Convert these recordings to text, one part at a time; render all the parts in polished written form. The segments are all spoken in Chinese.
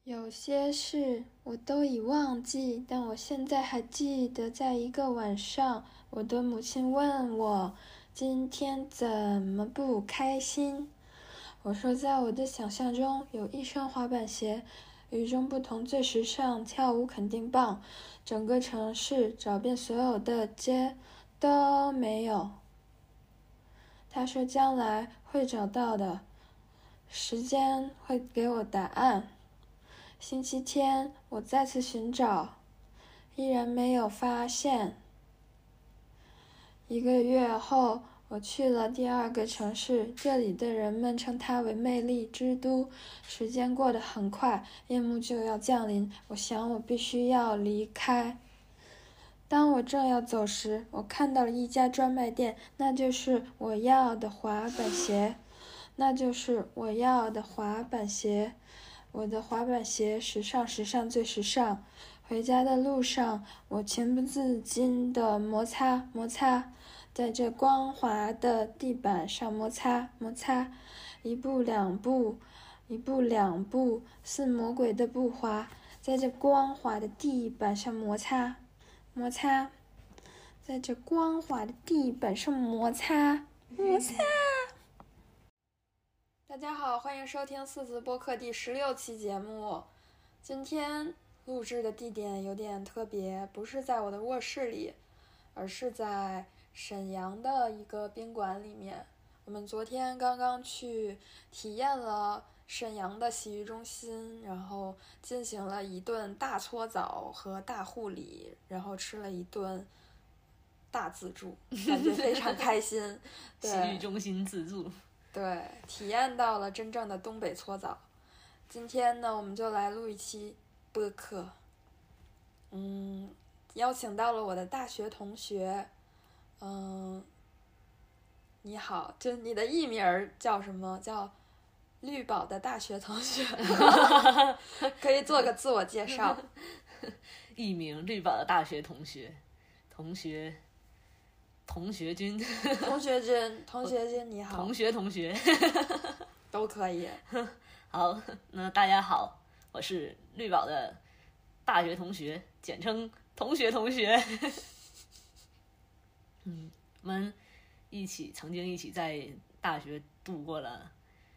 有些事我都已忘记，但我现在还记得，在一个晚上，我的母亲问我今天怎么不开心。我说，在我的想象中，有一双滑板鞋，与众不同，最时尚，跳舞肯定棒。整个城市找遍所有的街都没有。他说将来会找到的，时间会给我答案。星期天，我再次寻找，依然没有发现。1个月后，我去了第2个城市，这里的人们称它为魅力之都。时间过得很快，夜幕就要降临，我想我必须要离开。当我正要走时，我看到了一家专卖店，那就是我要的滑板鞋，那就是我要的滑板鞋。我的滑板鞋时尚，时尚最时尚。回家的路上，我情不自禁地摩擦摩擦，在这光滑的地板上摩擦摩擦，一步两步，一步两步，似魔鬼的步伐，在这光滑的地板上摩擦摩擦，在这光滑的地板上摩擦摩擦。大家好，欢迎收听四字播客第16期节目。今天录制的地点有点特别，不是在我的卧室里，而是在沈阳的一个宾馆里面。我们昨天刚刚去体验了沈阳的洗浴中心，然后进行了一顿大搓澡和大护理，然后吃了一顿大自助，感觉非常开心。 洗浴中心自助。 对，体验到了真正的东北搓澡。今天呢，我们就来录一期播客。邀请到了我的大学同学。你好，就你的艺名叫什么？叫绿宝的大学同学。可以做个自我介绍。 艺名绿宝的大学同学，同学君， 同学君你好。 同学都可以。 好，那大家好，我是绿宝的大学同学，简称同学。我们曾经一起在大学度过了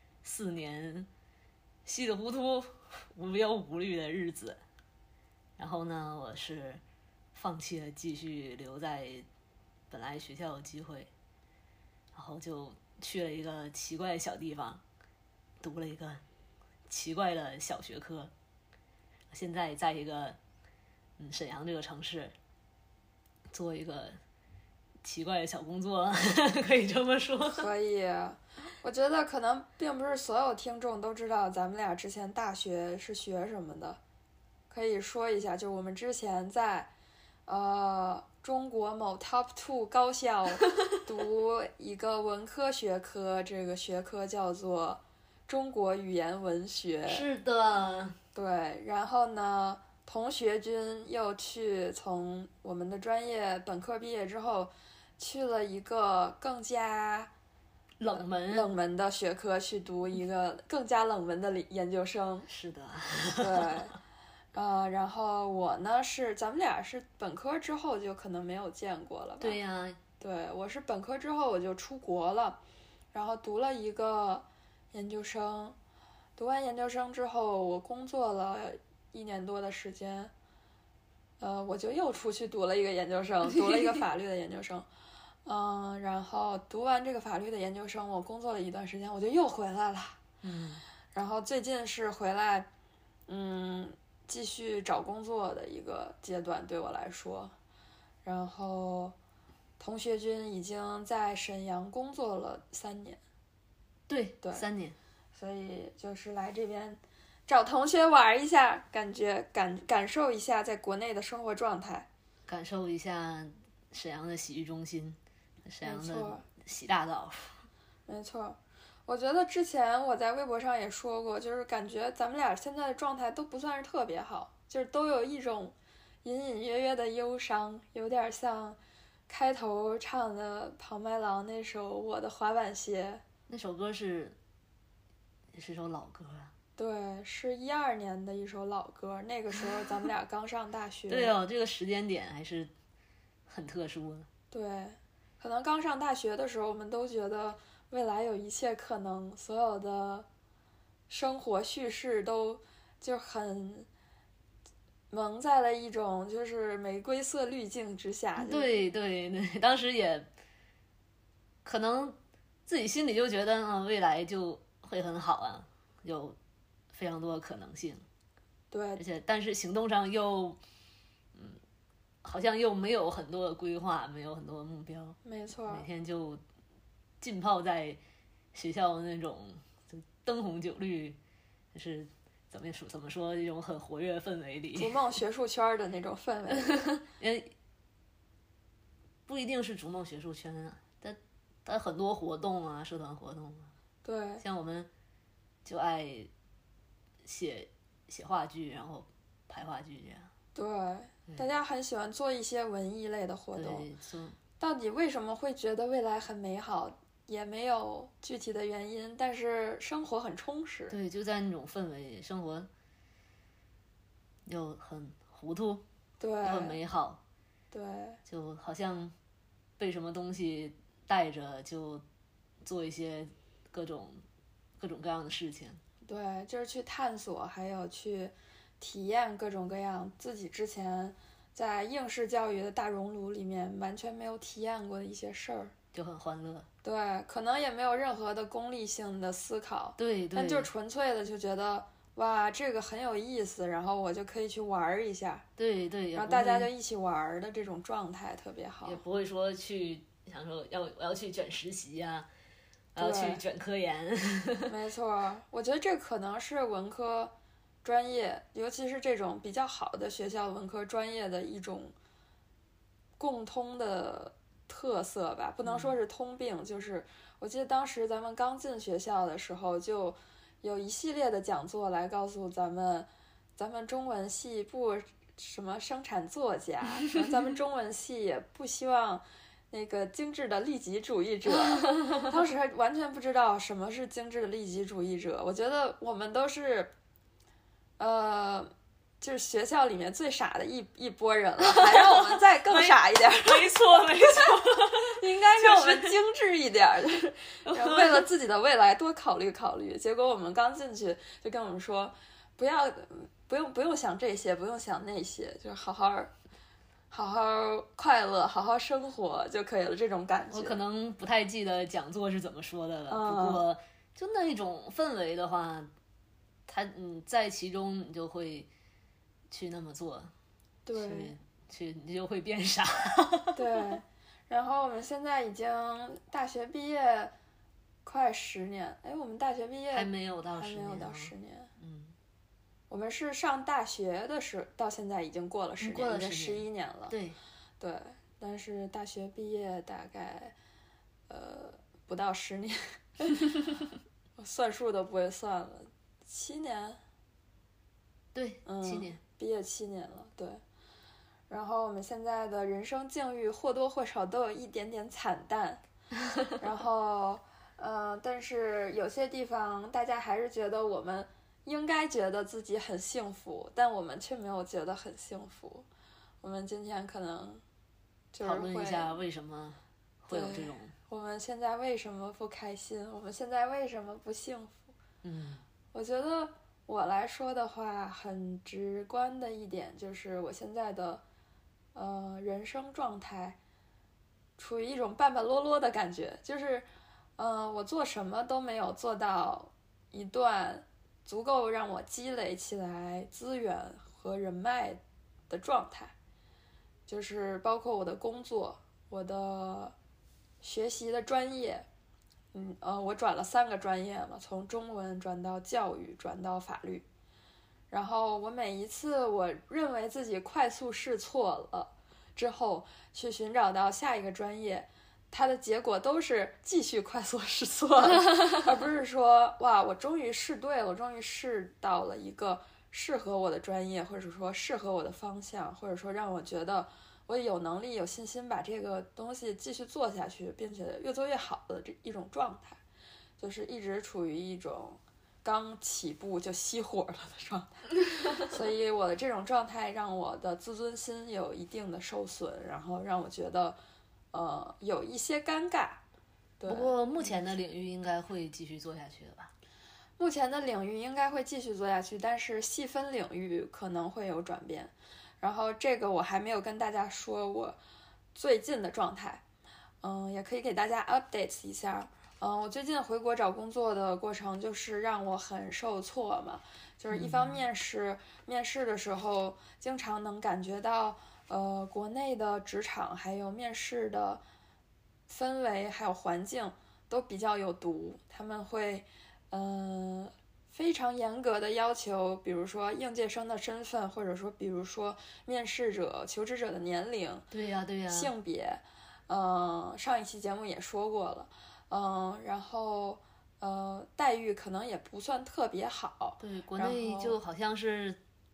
4年稀里糊涂无忧无虑的日子。然后呢，我是放弃了继续留在本来学校有机会，然后就去了一个奇怪的小地方，读了一个奇怪的小学科。现在在一个沈阳这个城市做一个奇怪的小工作，可以这么说。 可以，我觉得可能并不是所有听众都知道咱们俩之前大学是学什么的，可以说一下，就我们之前在中国某 Top 2高校读一个文科学科，这个学科叫做中国语言文学。 是的。 对，然后呢，同学君又从我们的专业本科毕业之后，去了一个更加冷门的学科，去读一个更加冷门的研究生。 是的。 对。然后我呢咱们俩是本科之后就可能没有见过了吧？ 对呀。 对，我是本科之后我就出国了，然后读了一个研究生。读完研究生之后，我工作了1年多的时间，我就又出去读了一个研究生，读了一个法律的研究生。然后读完这个法律的研究生，我工作了一段时间，我就又回来了。然后最近是回来，继续找工作的一个阶段，对我来说。然后同学君已经在沈阳工作了3年。 对，3年。 所以就是来这边找同学玩一下，感受一下在国内的生活状态， 感受一下沈阳的洗浴中心，沈阳的洗大澡。 没错。我觉得之前我在微博上也说过，就是感觉咱们俩现在的状态都不算是特别好，就是都有一种隐隐约约的忧伤，有点像开头唱的庞麦郎那首《我的滑板鞋》。 那首歌是首老歌啊。 对，是12年的一首老歌，那个时候咱们俩刚上大学。 对哦，这个时间点还是很特殊的。 对，可能刚上大学的时候，我们都觉得未来有一切可能，所有的生活叙事都就很蒙在了一种就是玫瑰色滤镜之下。 对对对，当时也可能自己心里就觉得，未来就会很好啊，有非常多的可能性。 对， 而且但是行动上又，好像又没有很多的规划，没有很多的目标。 没错。 每天就浸泡在学校那种就灯红酒绿，就是怎么说一种很活跃的氛围里。 逐梦学术圈的那种氛围。 不一定是逐梦学术圈啊，但很多活动啊，社团活动啊。 对。 像我们就爱写话剧，然后排话剧这样。 对，大家很喜欢做一些文艺类的活动。到底为什么会觉得未来很美好，也没有具体的原因，但是生活很充实。 对，就在那种氛围里，生活又很糊涂， 对， 又很美好。 对， 就好像被什么东西带着，就做一些各种各样的事情。 对，就是去探索，还有去体验各种各样自己之前在应试教育的大熔炉里面完全没有体验过的一些事儿， 就很欢乐。 对，可能也没有任何的功利性的思考。 对对。 但就纯粹的就觉得哇，这个很有意思，然后我就可以去玩一下。 对对。 然后大家就一起玩的这种状态特别好。 也不会说去想说我要去卷实习啊，我要去卷科研。 没错，我觉得这可能是文科专业，尤其是这种比较好的学校文科专业的一种共通的特色吧，不能说是通病。就是我记得当时咱们刚进学校的时候，就有一系列的讲座来告诉咱们中文系不什么生产作家，咱们中文系也不希望那个精致的利己主义者。当时还完全不知道什么是精致的利己主义者，我觉得我们都是就是学校里面最傻的一拨人了，还让我们再更傻一点。 没错没错， 应该让我们精致一点，为了自己的未来多考虑考虑。结果我们刚进去就跟我们说，不用想这些，不用想那些，就是好好快乐，好好生活就可以了，这种感觉。 我可能不太记得讲座是怎么说的了，不过就那一种氛围的话，在其中你就会去那么做。 对， 你就会变傻。 对，然后我们现在已经大学毕业快10年，我们大学毕业还没有到 10年。我们是上大学的时候到现在已经过了10年，已经11年了。 对， 但是大学毕业大概不到10年。我算数都不会算了，7年。 对，7年， 毕业7年了。对，然后我们现在的人生境遇或多或少都有一点点惨淡。然后但是有些地方大家还是觉得我们应该觉得自己很幸福，但我们却没有觉得很幸福。我们今天可能就是讨论一下为什么会有这种， 我们现在为什么不开心，我们现在为什么不幸福。我觉得我来说的话，很直观的一点就是我现在的人生状态处于一种半半落落的感觉，就是我做什么都没有做到一段足够让我积累起来资源和人脉的状态，就是包括我的工作，我的学习的专业。我转了3个专业嘛，从中文转到教育，转到法律。然后我每一次我认为自己快速试错了之后，去寻找到下一个专业，它的结果都是继续快速试错了，而不是说哇，我终于试对了，我终于试到了一个适合我的专业，或者说适合我的方向，或者说让我觉得我有能力有信心把这个东西继续做下去，并且越做越好的这一种状态，就是一直处于一种刚起步就熄火了的状态，所以我的这种状态让我的自尊心有一定的受损，然后让我觉得有一些尴尬。对， 不过目前的领域应该会继续做下去的吧？ 目前的领域应该会继续做下去，但是细分领域可能会有转变。然后这个我还没有跟大家说我最近的状态，也可以给大家 update 一下。我最近回国找工作的过程就是让我很受挫嘛，就是一方面是面试的时候经常能感觉到国内的职场还有面试的氛围还有环境都比较有毒，他们会非常严格的要求，比如说应届生的身份，或者说比如说面试者求职者的年龄， 对呀对呀， 性别，上一期节目也说过了，然后待遇可能也不算特别好。 对，国内就好像是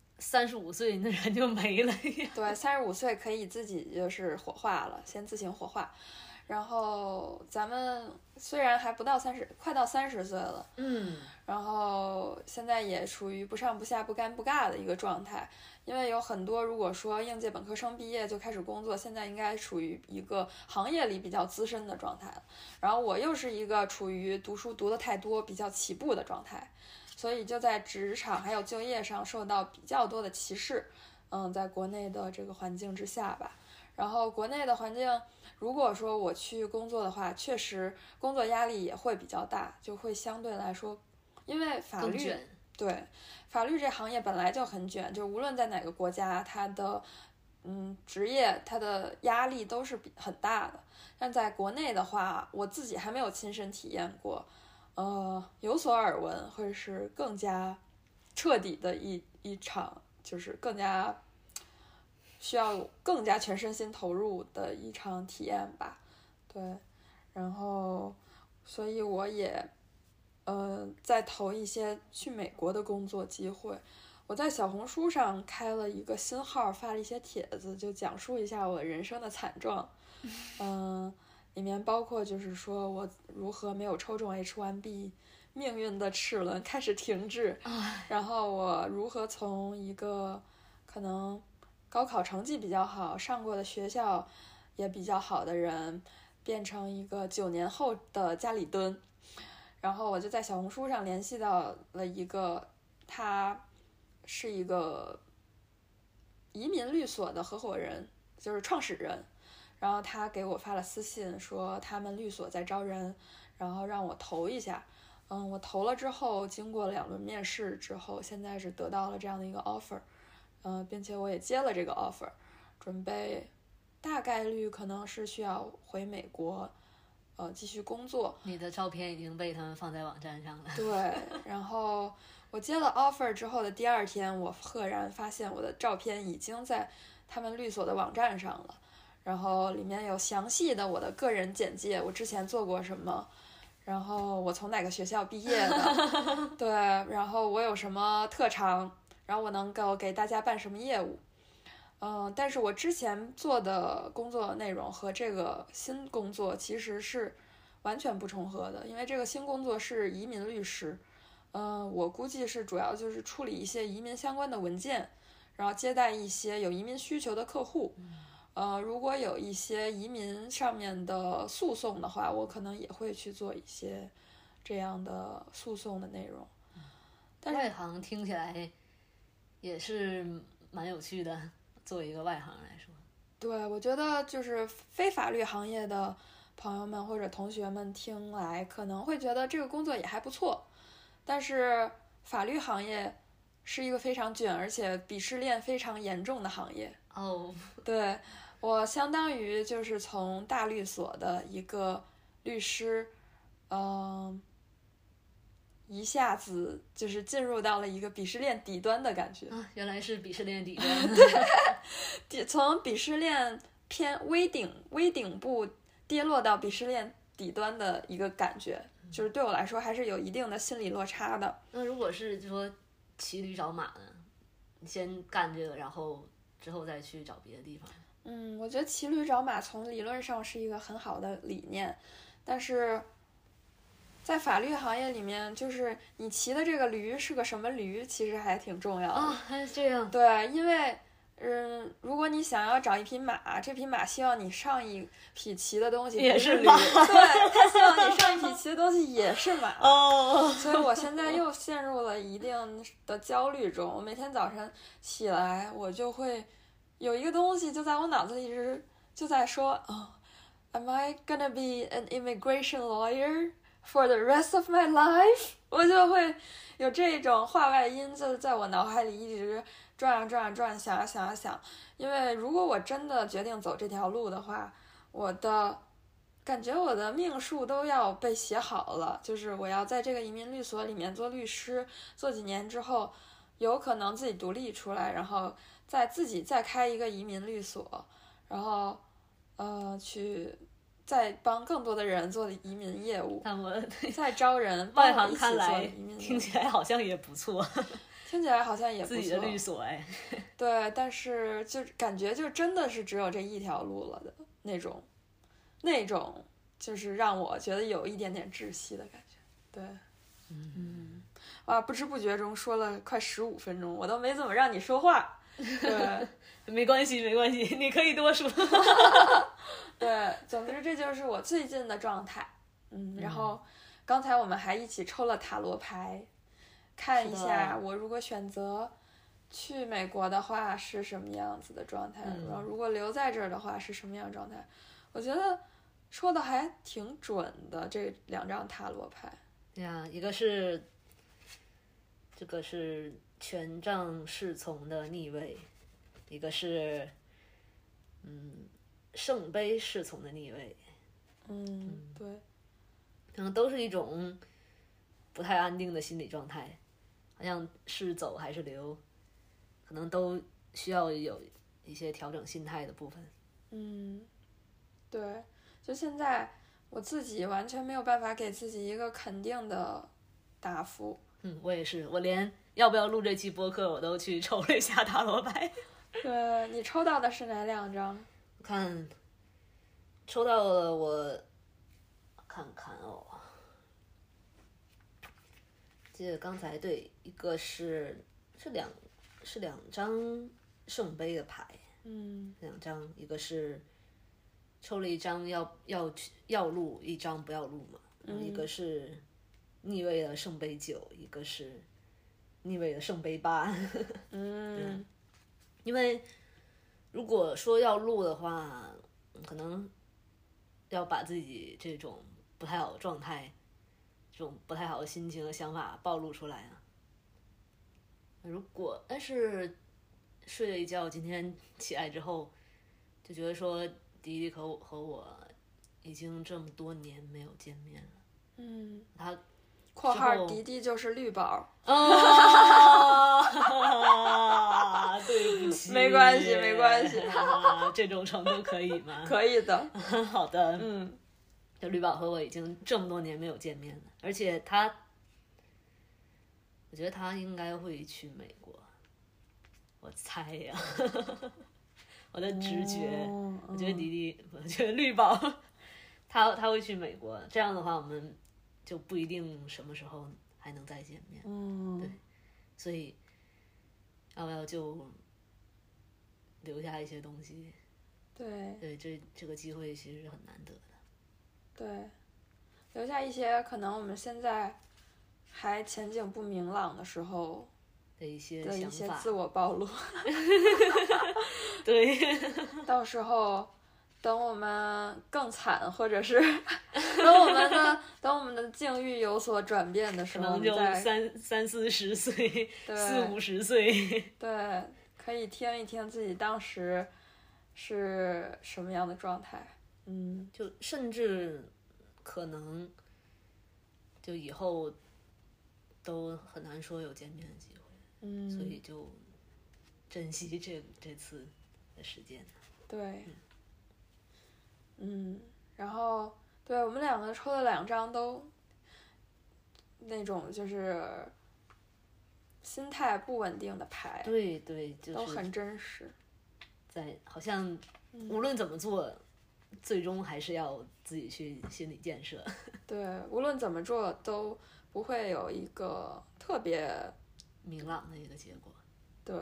35岁那人就没了一样。 对，35岁可以自己就是火化了，先自行火化。然后咱们虽然还不到30，快到30岁了，然后现在也处于不上不下不尴不尬的一个状态，因为有很多如果说应届本科生毕业就开始工作，现在应该处于一个行业里比较资深的状态了，然后我又是一个处于读书读得太多比较起步的状态，所以就在职场还有就业上受到比较多的歧视，在国内的这个环境之下吧。然后国内的环境，如果说我去工作的话，确实工作压力也会比较大，就会相对来说，因为法律，对，法律这行业本来就很卷，就无论在哪个国家，它的职业它的压力都是很大的。但在国内的话，我自己还没有亲身体验过，有所耳闻，会是更加彻底的一场，就是更加需要更加全身心投入的一场体验吧。对，然后所以我也在投一些去美国的工作机会。我在小红书上开了一个新号，发了一些帖子，就讲述一下我人生的惨状。里面包括就是说我如何没有抽中 H1B， 命运的齿轮开始停滞，然后我如何从一个可能高考成绩比较好，上过的学校也比较好的人，变成一个9年后的家里蹲。然后我就在小红书上联系到了一个，他是一个移民律所的合伙人，就是创始人。然后他给我发了私信说他们律所在招人，然后让我投一下。我投了之后，经过2轮面试之后，现在是得到了这样的一个 offer。并且我也接了这个 offer， 准备大概率可能是需要回美国，继续工作。 你的照片已经被他们放在网站上了。 对，然后我接了 offer 之后的第2天，我赫然发现我的照片已经在他们律所的网站上了，然后里面有详细的我的个人简介，我之前做过什么，然后我从哪个学校毕业的，对，然后我有什么特长，然后我能够给大家办什么业务。但是我之前做的工作内容和这个新工作其实是完全不重合的，因为这个新工作是移民律师，我估计是主要就是处理一些移民相关的文件，然后接待一些有移民需求的客户。如果有一些移民上面的诉讼的话，我可能也会去做一些这样的诉讼的内容。但是外行听起来也是蛮有趣的，作为一个外行来说。 对，我觉得就是非法律行业的朋友们或者同学们听来可能会觉得这个工作也还不错，但是法律行业是一个非常卷而且鄙视链非常严重的行业。对，我相当于就是从大律所的一个律师，一下子就是进入到了一个鄙视链底端的感觉。 原来是鄙视链底端。 从鄙视链偏微顶部跌落到鄙视链底端的一个感觉，就是对我来说还是有一定的心理落差的。 那如果是就说骑驴找马呢？你先干这个，然后之后再去找别的地方。 我觉得骑驴找马从理论上是一个很好的理念，但是在法律行业里面，就是你骑的这个驴是个什么驴，其实还挺重要的。 还是这样。 对，因为如果你想要找一匹马，这匹马希望你上一匹骑的东西也是驴，对，它希望你上一匹骑的东西也是马。所以我现在又陷入了一定的焦虑中。我每天早晨起来，我就会有一个东西就在我脑子里一直就在说，Am I gonna be an immigration lawyer for the rest of my life？ 我就会有这种话外音，就在我脑海里一直转啊转啊转，想啊想啊想。因为如果我真的决定走这条路的话，感觉我的命数都要被写好了，就是我要在这个移民律所里面做律师，做几年之后，有可能自己独立出来，然后自己再开一个移民律所，然后去再帮更多的人做移民业务，再招人外行看来听起来好像也不错， 听起来好像也不错， 自己的律所对，但是就感觉就真的是只有这一条路了的那种，就是让我觉得有一点点窒息的感觉。对，哇，不知不觉中说了快15分钟，我都没怎么让你说话。对， 没关系，你可以多说。 对，总之这就是我最近的状态。然后刚才我们还一起抽了塔罗牌，看一下我如果选择去美国的话是什么样子的状态，然后如果留在这儿的话是什么样的状态。我觉得说的还挺准的，这2张塔罗牌。 对啊，一个是这个是权杖侍从的逆位，一个是圣杯侍从的逆位。 对， 可能都是一种不太安定的心理状态，好像是走还是留，可能都需要有一些调整心态的部分。 对，就现在我自己完全没有办法给自己一个肯定的答复。 我也是，我连要不要录这期播客我都去抽了一下塔罗牌。 对，你抽到的是哪2张？ 我看抽到了，我看看哦，记得刚才对，一个是两张圣杯的牌，2张，一个是抽了一张要录，一张不要录嘛，然后一个是逆位的圣杯9，一个是逆位的圣杯8。因为如果说要录的话，可能要把自己这种不太好的状态，这种不太好的心情和想法暴露出来啊。但是睡了一觉，今天起来之后就觉得说迪迪和我已经这么多年没有见面了。他括号迪迪就是绿宝。 对不起， 没关系这种程度可以吗？ 可以的。 好的。就绿宝和我已经这么多年没有见面了，而且我觉得他应该会去美国，我猜呀。我的直觉，我觉得迪迪，我觉得绿宝他会去美国，这样的话我们就不一定什么时候还能再见面。对，所以要不要就留下一些东西？对，这个机会其实是很难得的。 对，留下一些可能我们现在还前景不明朗的时候的一些自我暴露。 对， 到时候等我们更惨，或者是等我们的境遇有所转变的时候， 可能就30-40岁，40-50岁。 对，可以听一听自己当时是什么样的状态。 就甚至可能就以后都很难说有见面的机会。所以就珍惜这次的时间。 对。然后对我们2个抽的2张都那种就是心态不稳定的牌。 对，就是都很真实。 好像无论怎么做， 最终还是要自己去心理建设。 对，无论怎么做都不会有一个特别明朗的一个结果。 对，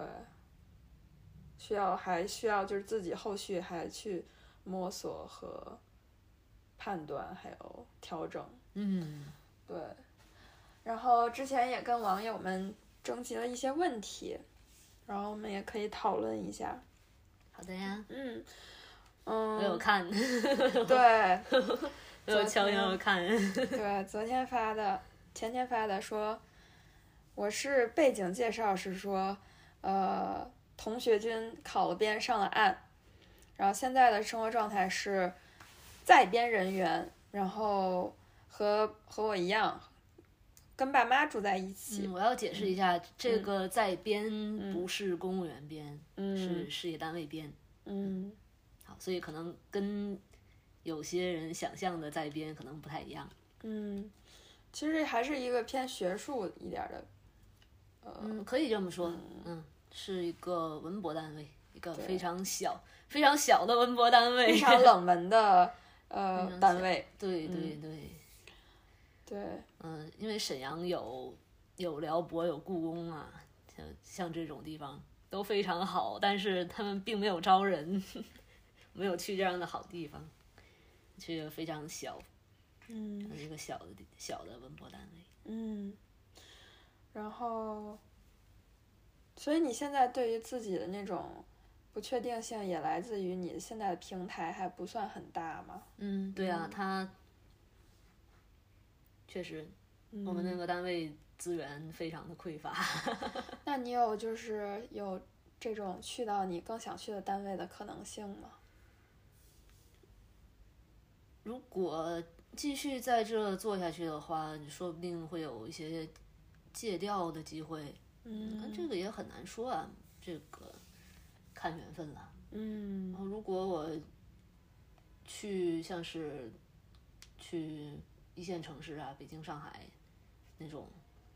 还需要就是自己后续还去摸索和判断，还有调整。对。然后之前也跟网友们征集了一些问题，然后我们也可以讨论一下。 好的呀。 我有看。 对。 我有悄悄看。 对，昨天发的，前天发的说，我是背景介绍是说，同学军考了编上了岸，然后现在的生活状态是在编人员，然后和我一样。跟爸妈住在一起。 我要解释一下，这个在编不是公务员编，是事业单位编。好，所以可能跟有些人想象的在编可能不太一样。 其实还是一个偏学术一点的。 可以这么说。是一个文博单位，一个非常小、非常小的文博单位， 非常冷门的单位。 对。 对， 因为沈阳有辽博有故宫啊，像这种地方都非常好，但是他们并没有招人，没有去这样的好地方，去一个非常小，一个小的文博单位。 然后，所以你现在对于自己的那种不确定性也来自于你现在的平台还不算很大吗？ 对啊，它确实，我们那个单位资源非常的匮乏。 那你有这种去到你更想去的单位的可能性吗？ 如果继续在这做下去的话，说不定会有一些借调的机会。这个也很难说啊，这个看缘分了。然后如果我像是去一线城市啊，北京、上海那种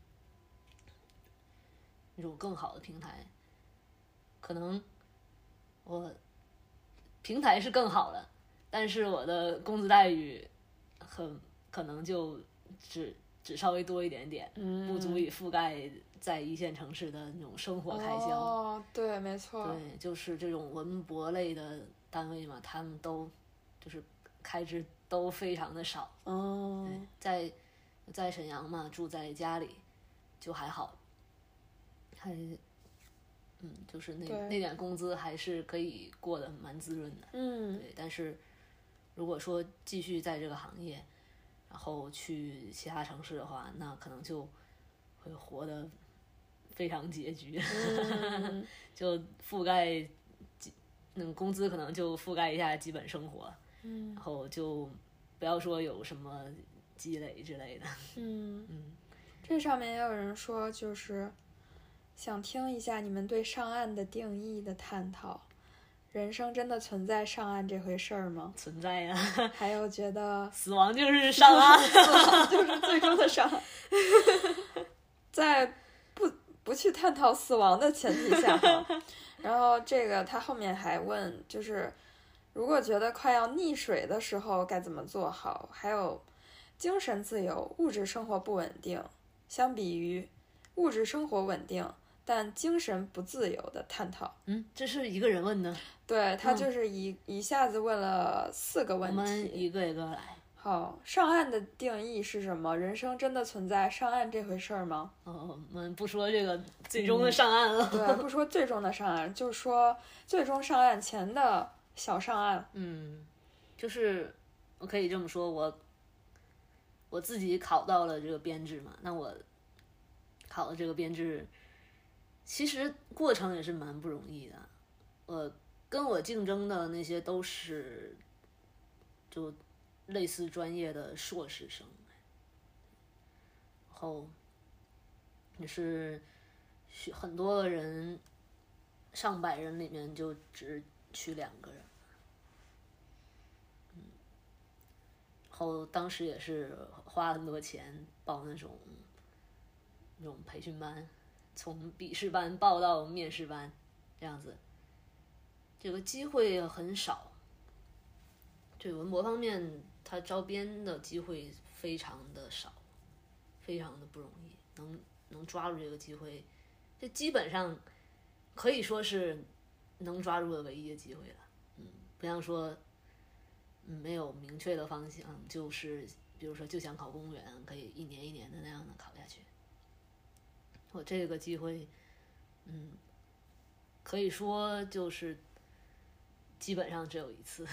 更好的平台，可能我平台是更好的，但是我的工资待遇可能就只稍微多一点点，不足以覆盖在一线城市的那种生活开销。 对，没错。 对，就是这种文博类的单位嘛，他们都就是开支都非常的少。对，在沈阳嘛，住在家里就还好，就是那点工资还是可以过得蛮滋润的。对，但是如果说继续在这个行业，然后去其他城市的话，那可能就会活得非常拮据。就覆盖工资可能就覆盖一下基本生活。然后就不要说有什么积累之类的。 这上面也有人说，就是想听一下你们对上岸的定义的探讨。人生真的存在上岸这回事儿吗？ 存在呀。 还有觉得死亡就是上岸。 死亡就是最终的上岸。在不去探讨死亡的前提下，然后这个他后面还问，就是如果觉得快要溺水的时候该怎么做好？还有精神自由，物质生活不稳定，相比于物质生活稳定但精神不自由的探讨。 这是一个人问的。 对，他就是一下子问了4个问题。 我们一个一个来。 好，上岸的定义是什么？人生真的存在上岸这回事儿吗？ 我们不说这个最终的上岸了。 对，不说最终的上岸，就说最终上岸前的小上岸。 就是我可以这么说，我自己考到了这个编制嘛，那我考了这个编制，其实过程也是蛮不容易的。跟我竞争的那些都是就类似专业的硕士生，然后也是很多人，上百人里面就只取2个人。然后当时也是花很多钱报那种培训班，从笔试班报到面试班，这样子，这个机会很少。 对文博方面，它招编的机会非常的少，非常的不容易，能抓住这个机会，就基本上可以说是能抓住的唯一的机会了。不像说没有明确的方向，就是比如说就想考公务员，可以一年一年的那样的考下去。我这个机会，可以说就是基本上只有一次。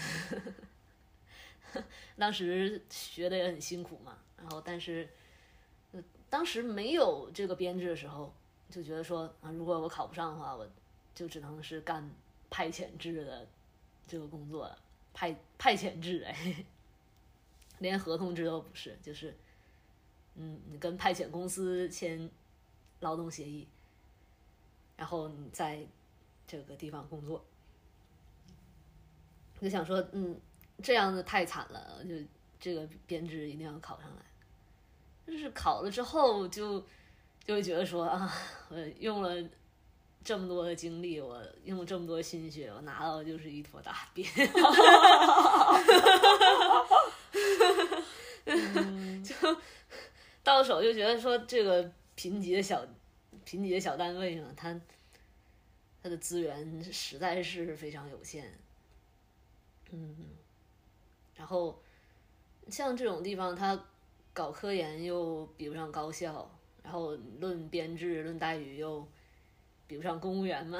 当时学的也很辛苦嘛，然后但是，当时没有这个编制的时候，就觉得说如果我考不上的话，我就只能是干派遣制的这个工作了。派遣制，连合同制都不是，就是你跟派遣公司签劳动协议，然后你在这个地方工作。我就想说，这样子太惨了，就这个编制一定要考上来。就是考了之后就会觉得说我用了这么多的精力，我用了这么多心血，我拿到的就是一坨大便。就到手就觉得说这个贫瘠的小单位呢，它的资源实在是非常有限。然后像这种地方，它搞科研又比不上高校，然后论编制论待遇又比不上公务员嘛。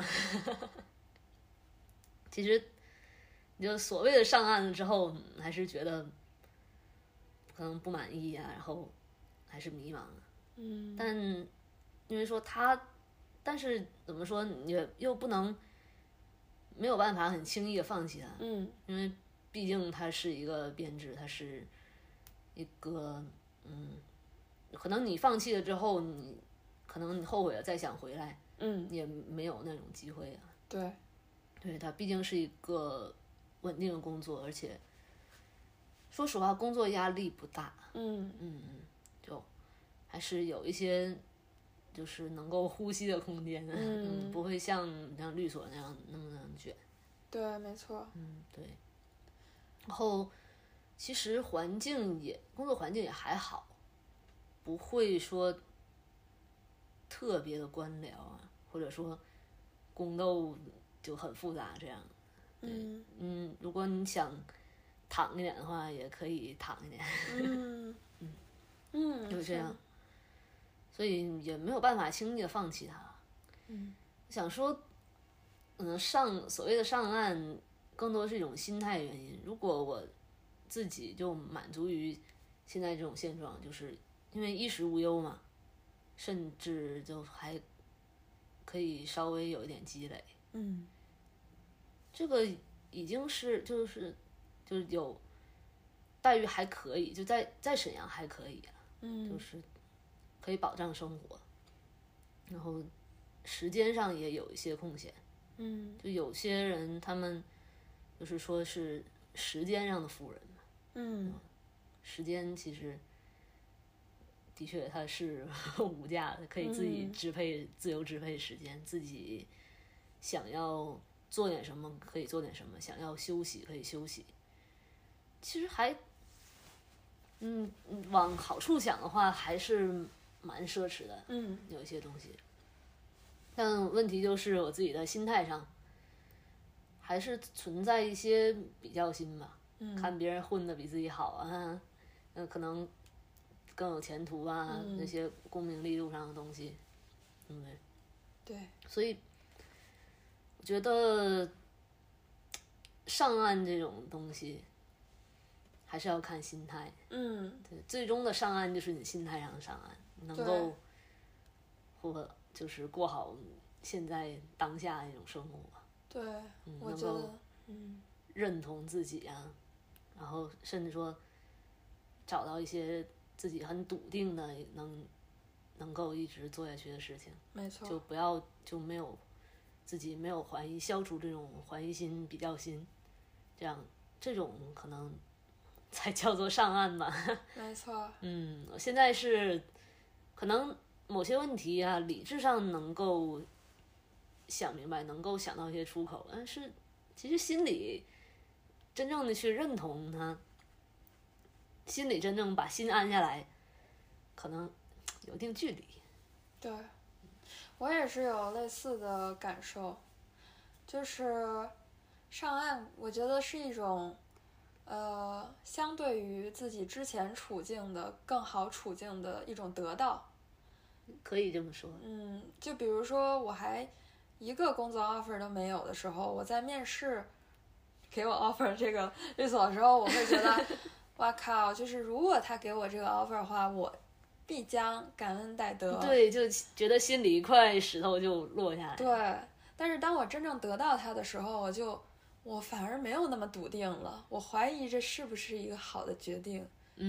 其实你就所谓的上岸了之后，还是觉得可能不满意啊，然后还是迷茫啊。但因为说但是怎么说，你又不能没有办法很轻易的放弃它。因为毕竟它是一个编制，它是一个可能你放弃了之后，可能你后悔了再想回来，也没有那种机会啊。对，它毕竟是一个稳定的工作，而且说实话，工作压力不大。就还是有一些就是能够呼吸的空间，不会像律所那样那么卷。 对，没错。 对。然后其实工作环境也还好，不会说特别的官僚啊，或者说宫斗就很复杂这样。如果你想躺一点的话，也可以躺一点。就这样，所以也没有办法轻易的放弃它。想说，所谓的上岸，更多是一种心态原因。如果我自己就满足于现在这种现状，就是因为衣食无忧嘛，甚至就还可以稍微有一点积累。这个已经是就是有待遇还可以，就在沈阳还可以啊。就是可以保障生活，然后时间上也有一些空闲。就有些人他们就是说是时间上的富人嘛。时间其实的确它是无价的，可以自己自由支配时间，自己想要做点什么可以做点什么，想要休息可以休息。其实还往好处想的话，还是蛮奢侈的。有一些东西。但问题就是我自己的心态上，还是存在一些比较心吧。看别人混得比自己好啊，可能更有前途啊，那些功名利禄上的东西，对不对？ 对。 所以我觉得上岸这种东西还是要看心态。对，最终的上岸就是你心态上的上岸，能够就是过好现在当下那种生活。 对，我觉得认同自己啊，然后甚至说找到一些自己很笃定的能够一直做下去的事情。 没错。 就不要没有自己没有怀疑，消除这种怀疑心、比较心，这种可能才叫做上岸吧。 没错。 我现在是可能某些问题啊，理智上能够想明白，能够想到一些出口，但是其实心里真正的去认同它，心里真正把心安下来，可能有一定距离。 对，我也是有类似的感受，就是上岸，我觉得是一种，相对于自己之前处境的更好处境的一种得到。 可以这么说。 就比如说我还一个工作 offer 都没有的时候，我在面试给我 offer 这个律所的时候，我会觉得，哇靠，就是如果他给我这个 offer 的话，我必将感恩戴德。 对，就觉得心里一块石头就落下来。 对，但是当我真正得到它的时候，我反而没有那么笃定了，我怀疑这是不是一个好的决定。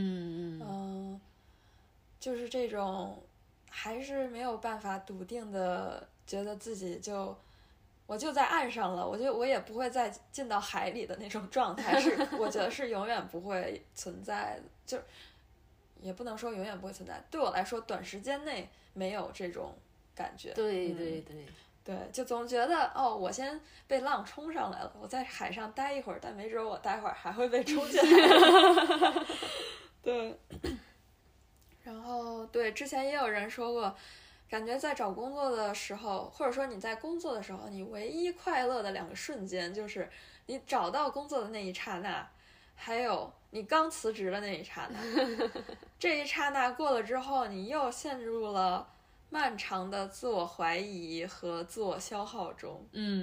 就是这种还是没有办法笃定的觉得自己我就在岸上了，我也不会再进到海里的那种状态，我觉得是永远不会存在的，就也不能说永远不会存在，对我来说短时间内没有这种感觉。 对对对。 对，就总觉得我先被浪冲上来了，我在海上待一会儿，但没准我待会儿还会被冲进来。对。然后对，之前也有人说过，感觉在找工作的时候，或者说你在工作的时候，你唯一快乐的2个瞬间，就是你找到工作的那一刹那，还有你刚辞职的那一刹那。这一刹那过了之后，你又陷入了漫长的自我怀疑和自我消耗中。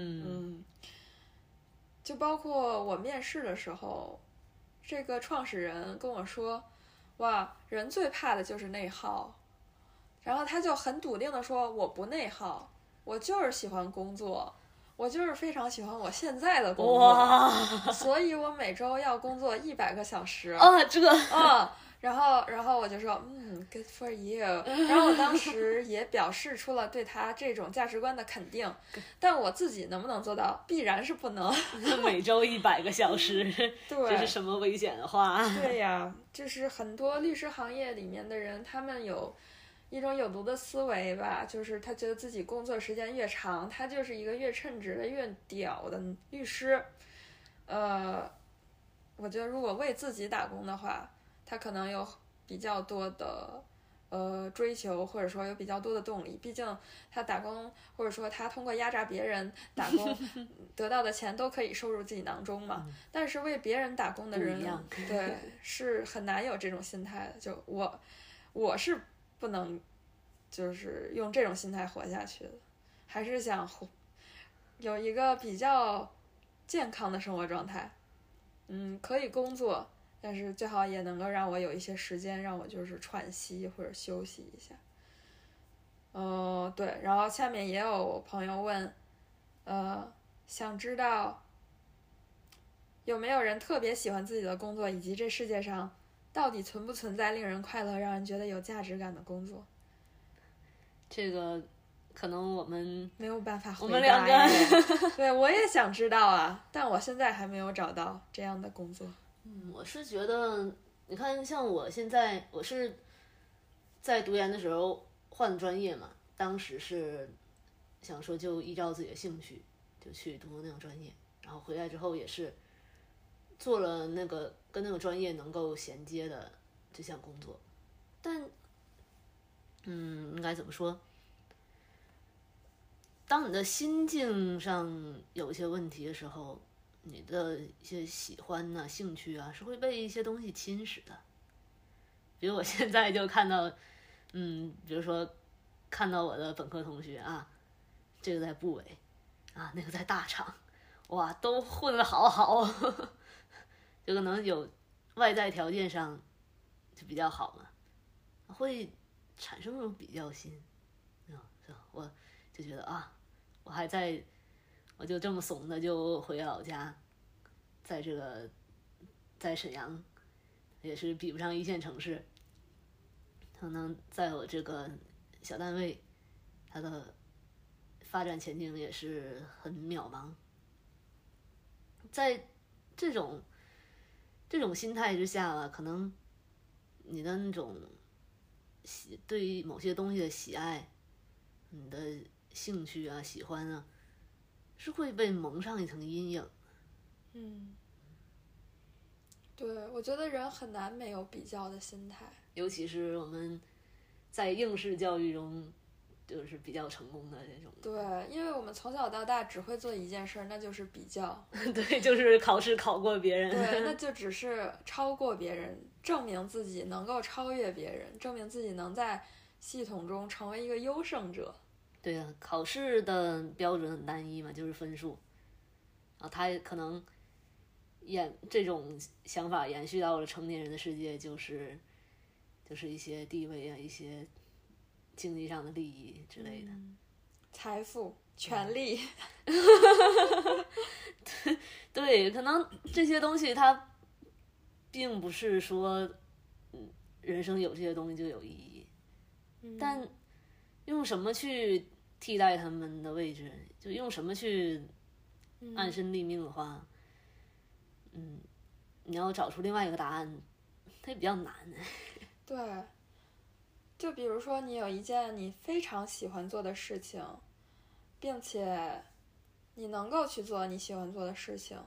就包括我面试的时候，这个创始人跟我说，哇，人最怕的就是内耗。然后他就很笃定的说，我不内耗，我就是喜欢工作，我就是非常喜欢我现在的工作，所以我每周要工作100个小时。然后我就说good for you。然后我当时也表示出了对他这种价值观的肯定，但我自己能不能做到，必然是不能。 每周100个小时， 对， 这是什么危险的话？ 对呀，就是很多律师行业里面的人，他们有一种有毒的思维吧，就是他觉得自己工作时间越长，他就是一个越称职的、越屌的律师。我觉得如果为自己打工的话，他可能有比较多的追求，或者说有比较多的动力。毕竟他打工，或者说他通过压榨别人打工得到的钱都可以收入自己囊中嘛。但是为别人打工的人，对，是很难有这种心态的。就我是不能就是用这种心态活下去的，还是想有一个比较健康的生活状态。可以工作，但是最好也能够让我有一些时间让我就是喘息或者休息一下。对，然后下面也有朋友问，想知道有没有人特别喜欢自己的工作，以及这世界上到底存不存在令人快乐、让人觉得有价值感的工作？ 这个可能我们没有办法回答。 我们两个对，我也想知道啊，但我现在还没有找到这样的工作。 我是觉得，你看，像我现在，我是在读研的时候换专业嘛，当时是想说就依照自己的兴趣就去读那种专业，然后回来之后也是做了那个跟那个专业能够衔接的这项工作，但应该怎么说？当你的心境上有一些问题的时候，你的一些喜欢啊、兴趣啊，是会被一些东西侵蚀的。比如我现在就看到，比如说看到我的本科同学啊，这个在部委啊，那个在大厂，哇，都混得好好，就可能有外在条件上就比较好嘛，会产生这种比较心。我就觉得啊，我还在，我就这么怂的就回老家，在沈阳也是比不上一线城市，可能在我这个小单位，它的发展前景也是很渺茫。在这种心态之下吧，可能你的那种对于某些东西的喜爱，你的兴趣啊、喜欢啊，是会被蒙上一层阴影。 对，我觉得人很难没有比较的心态， 尤其是我们在应试教育中就是比较成功的这种。 对，因为我们从小到大只会做一件事，那就是比较。 对，就是考试考过别人。 对，那就只是超过别人，证明自己能够超越别人，证明自己能在系统中成为一个优胜者。 对啊，考试的标准很单一嘛，就是分数。啊，他可能这种想法延续到了成年人的世界，就是一些地位啊，一些经济上的利益之类的， 财富、权利。 对，可能这些东西它并不是说，人生有这些东西就有意义，但用什么去替代他们的位置，就用什么去安身立命的话，你要找出另外一个答案，它也比较难。 对，就比如说你有一件你非常喜欢做的事情，并且你能够去做你喜欢做的事情，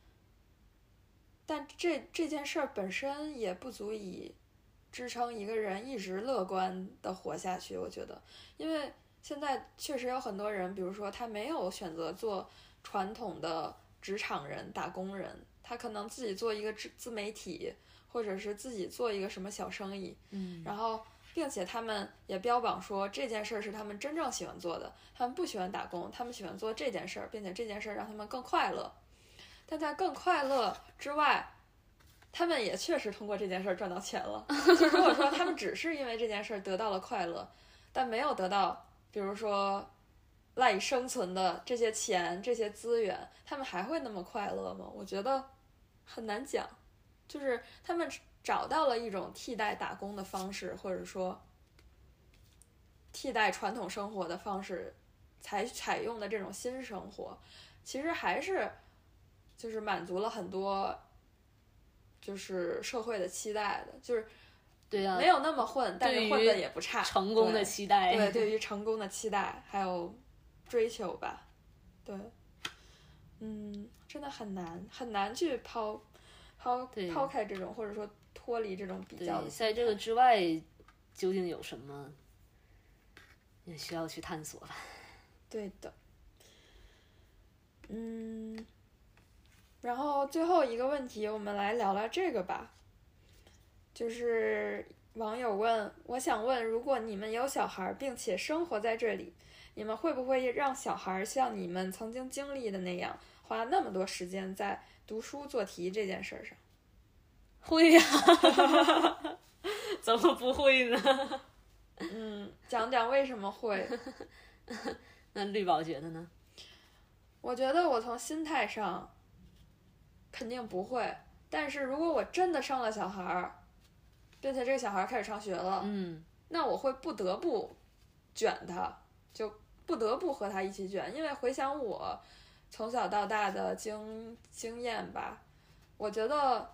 但这件事儿本身也不足以支撑一个人一直乐观的活下去，我觉得，因为现在确实有很多人，比如说他没有选择做传统的职场人、打工人，他可能自己做一个自媒体，或者是自己做一个什么小生意，然后并且他们也标榜说这件事是他们真正喜欢做的，他们不喜欢打工，他们喜欢做这件事，并且这件事让他们更快乐。但在更快乐之外，他们也确实通过这件事赚到钱了。就如果说他们只是因为这件事得到了快乐，但没有得到比如说赖以生存的这些钱、这些资源，他们还会那么快乐吗？我觉得很难讲。就是他们找到了一种替代打工的方式，或者说替代传统生活的方式，采用的这种新生活，其实还是就是满足了很多就是社会的期待的，就是对啊， 没有那么混，但是混的也不差。 成功的期待， 对，对于成功的期待还有追求吧，对，真的很难去抛开这种，或者说脱离这种比较的。 在这个之外，究竟有什么，也需要去探索吧。 对的，然后最后一个问题，我们来聊聊这个吧。就是网友问，我想问，如果你们有小孩并且生活在这里，你们会不会让小孩像你们曾经经历的那样，花那么多时间在读书做题这件事上？ 会呀、怎么不会呢？ 讲讲为什么会。 那绿宝觉得呢？ 我觉得我从心态上肯定不会，但是如果我真的生了小孩，并且这个小孩开始上学了，那我会不得不卷他，就不得不和他一起卷。因为回想我从小到大的经验吧，我觉得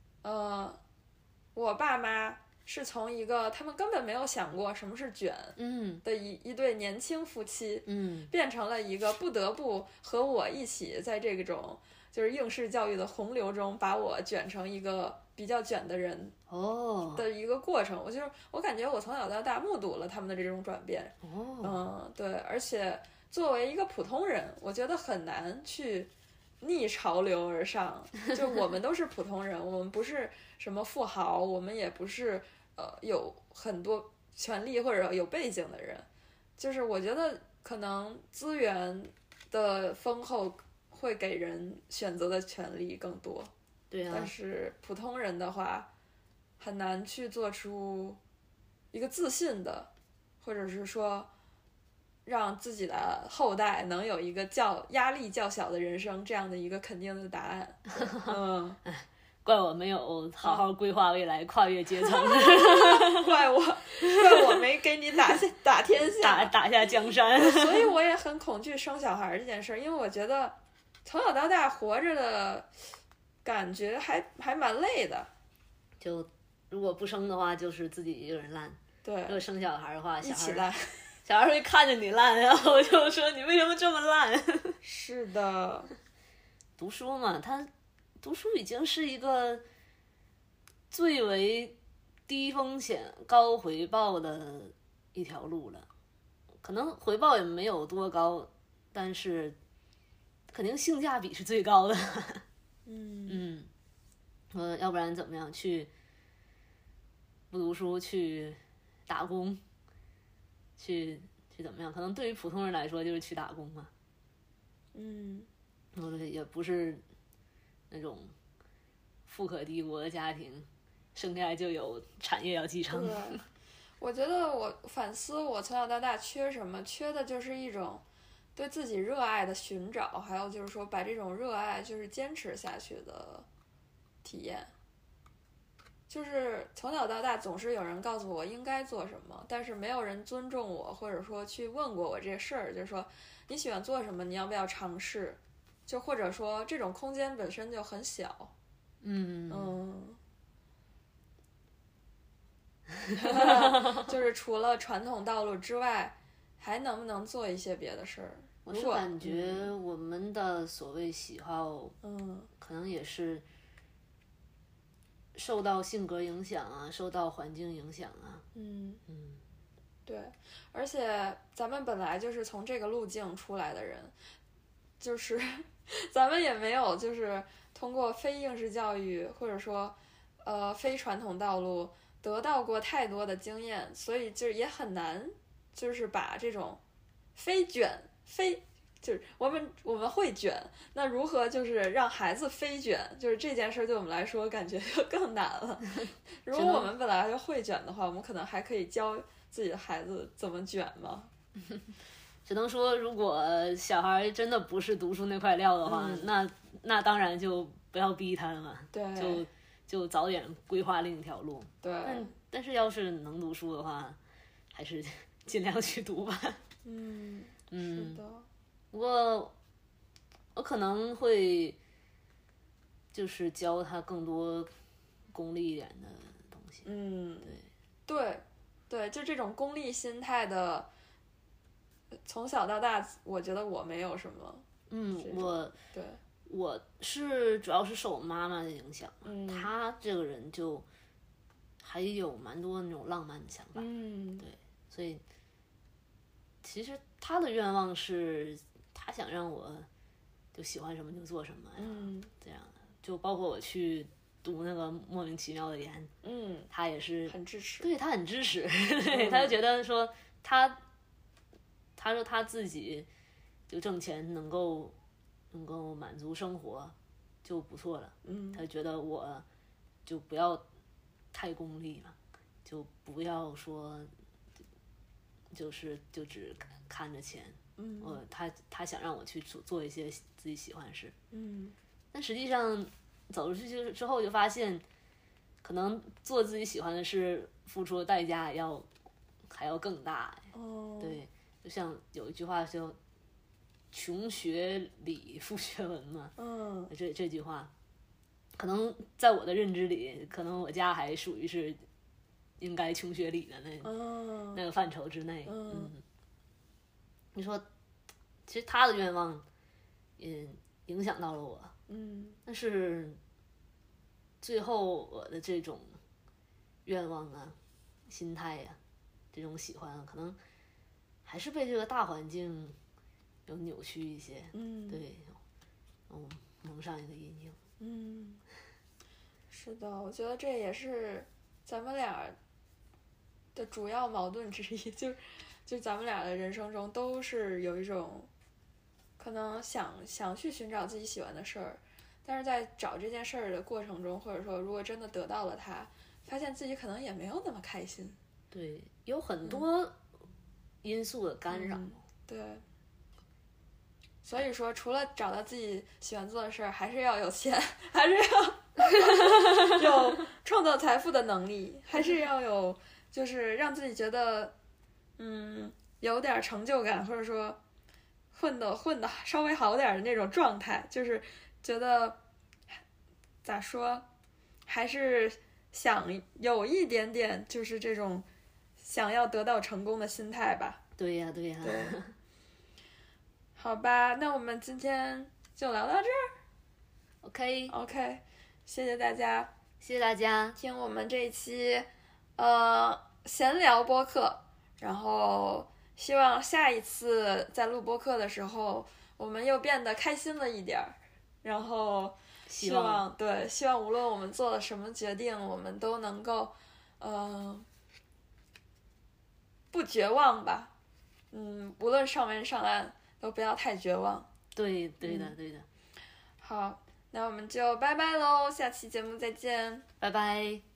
我爸妈是从一个他们根本没有想过什么是卷的一对年轻夫妻，变成了一个不得不和我一起在这种就是应试教育的洪流中把我卷成一个比较卷的人的一个过程。我感觉我从小到大目睹了他们的这种转变。对，而且作为一个普通人，我觉得很难去逆潮流而上。就我们都是普通人，我们不是什么富豪，我们也不是有很多权利或者有背景的人。就是我觉得可能资源的丰厚会给人选择的权利更多， 对啊。 但是普通人的话，很难去做出一个自信的，或者是说让自己的后代能有一个压力较小的人生这样的一个肯定的答案。 怪我没有好好规划未来，跨越阶层。 怪我没给你打天下， 打下江山。 所以我也很恐惧生小孩这件事，因为我觉得从小到大活着的感觉还蛮累的。 就如果不生的话，就是自己一个人烂。 对， 如果生小孩的话， 一起烂。 小孩会看着你烂，然后就说你为什么这么烂？ 是的， 读书嘛，读书已经是一个最为低风险高回报的一条路了。可能回报也没有多高，但是肯定性价比是最高的。要不然怎么样去不读书去打工，去怎么样？可能对于普通人来说就是去打工嘛。也不是那种富可敌国的家庭，生下来就有产业要继承。 我觉得我反思我从小到大缺什么，缺的就是一种对自己热爱的寻找，还有就是说把这种热爱就是坚持下去的体验。就是从小到大总是有人告诉我应该做什么，但是没有人尊重我，或者说去问过我这事儿，就是说你喜欢做什么，你要不要尝试？就或者说这种空间本身就很小。就是除了传统道路之外，还能不能做一些别的事儿？ 我是感觉我们的所谓喜好，可能也是受到性格影响啊，受到环境影响啊。 对，而且咱们本来就是从这个路径出来的人，就是咱们也没有就是通过非应试教育或者说非传统道路得到过太多的经验，所以就是也很难就是把这种就是我们会卷，那如何就是让孩子非卷，就是这件事对我们来说感觉就更难了。如果我们本来就会卷的话，我们可能还可以教自己的孩子怎么卷吗？ 只能说如果小孩真的不是读书那块料的话，那当然就不要逼他了嘛。 对， 就早点规划另一条路。 对， 但是要是能读书的话，还是尽量去读吧。 是的。 不过我可能会就是教他更多功利一点的东西。 对，就这种功利心态的，从小到大，我觉得我没有什么。 我是主要是受我妈妈的影响，她这个人就还有蛮多那种浪漫的想法。对，所以其实她的愿望是，她想让我就喜欢什么就做什么呀，这样的。就包括我去读那个莫名其妙的研，他也是很支持。 对，他很支持。对，他就觉得说他说他自己就挣钱能够满足生活就不错了。他觉得我就不要太功利了，就不要说就只看着钱。他想让我去做一些自己喜欢的事。但实际上走出去之后就发现，可能做自己喜欢的事付出的代价还要更大。对，就像有一句话叫穷学理复学文嘛。这句话可能在我的认知里，可能我家还属于是应该穷学理的那个范畴之内。你说其实他的愿望也影响到了我。但是最后我的这种愿望啊、心态呀、这种喜欢啊，可能还是被这个大环境有扭曲一些。对，蒙上一个阴影。 是的，我觉得这也是咱们俩的主要矛盾之一，就咱们俩的人生中都是有一种可能想去寻找自己喜欢的事儿，但是在找这件事儿的过程中，或者说如果真的得到了它，发现自己可能也没有那么开心。 对，有很多因素的干扰。 对，所以说除了找到自己喜欢做的事儿，还是要有钱，还是要有创造财富的能力，还是要有就是让自己觉得有点成就感，或者说混的稍微好点的那种状态，就是觉得咋说，还是想有一点点就是这种想要得到成功的心态吧。 对呀。 对，好吧，那我们今天就聊到这儿。OK，谢谢大家谢谢大家听我们这一期闲聊播客，然后希望下一次在录播客的时候，我们又变得开心了一点儿，然后希望无论我们做了什么决定，我们都能够不绝望吧。无论上没上岸，都不要太绝望。 对的。 好，那我们就拜拜喽，下期节目再见， 拜拜。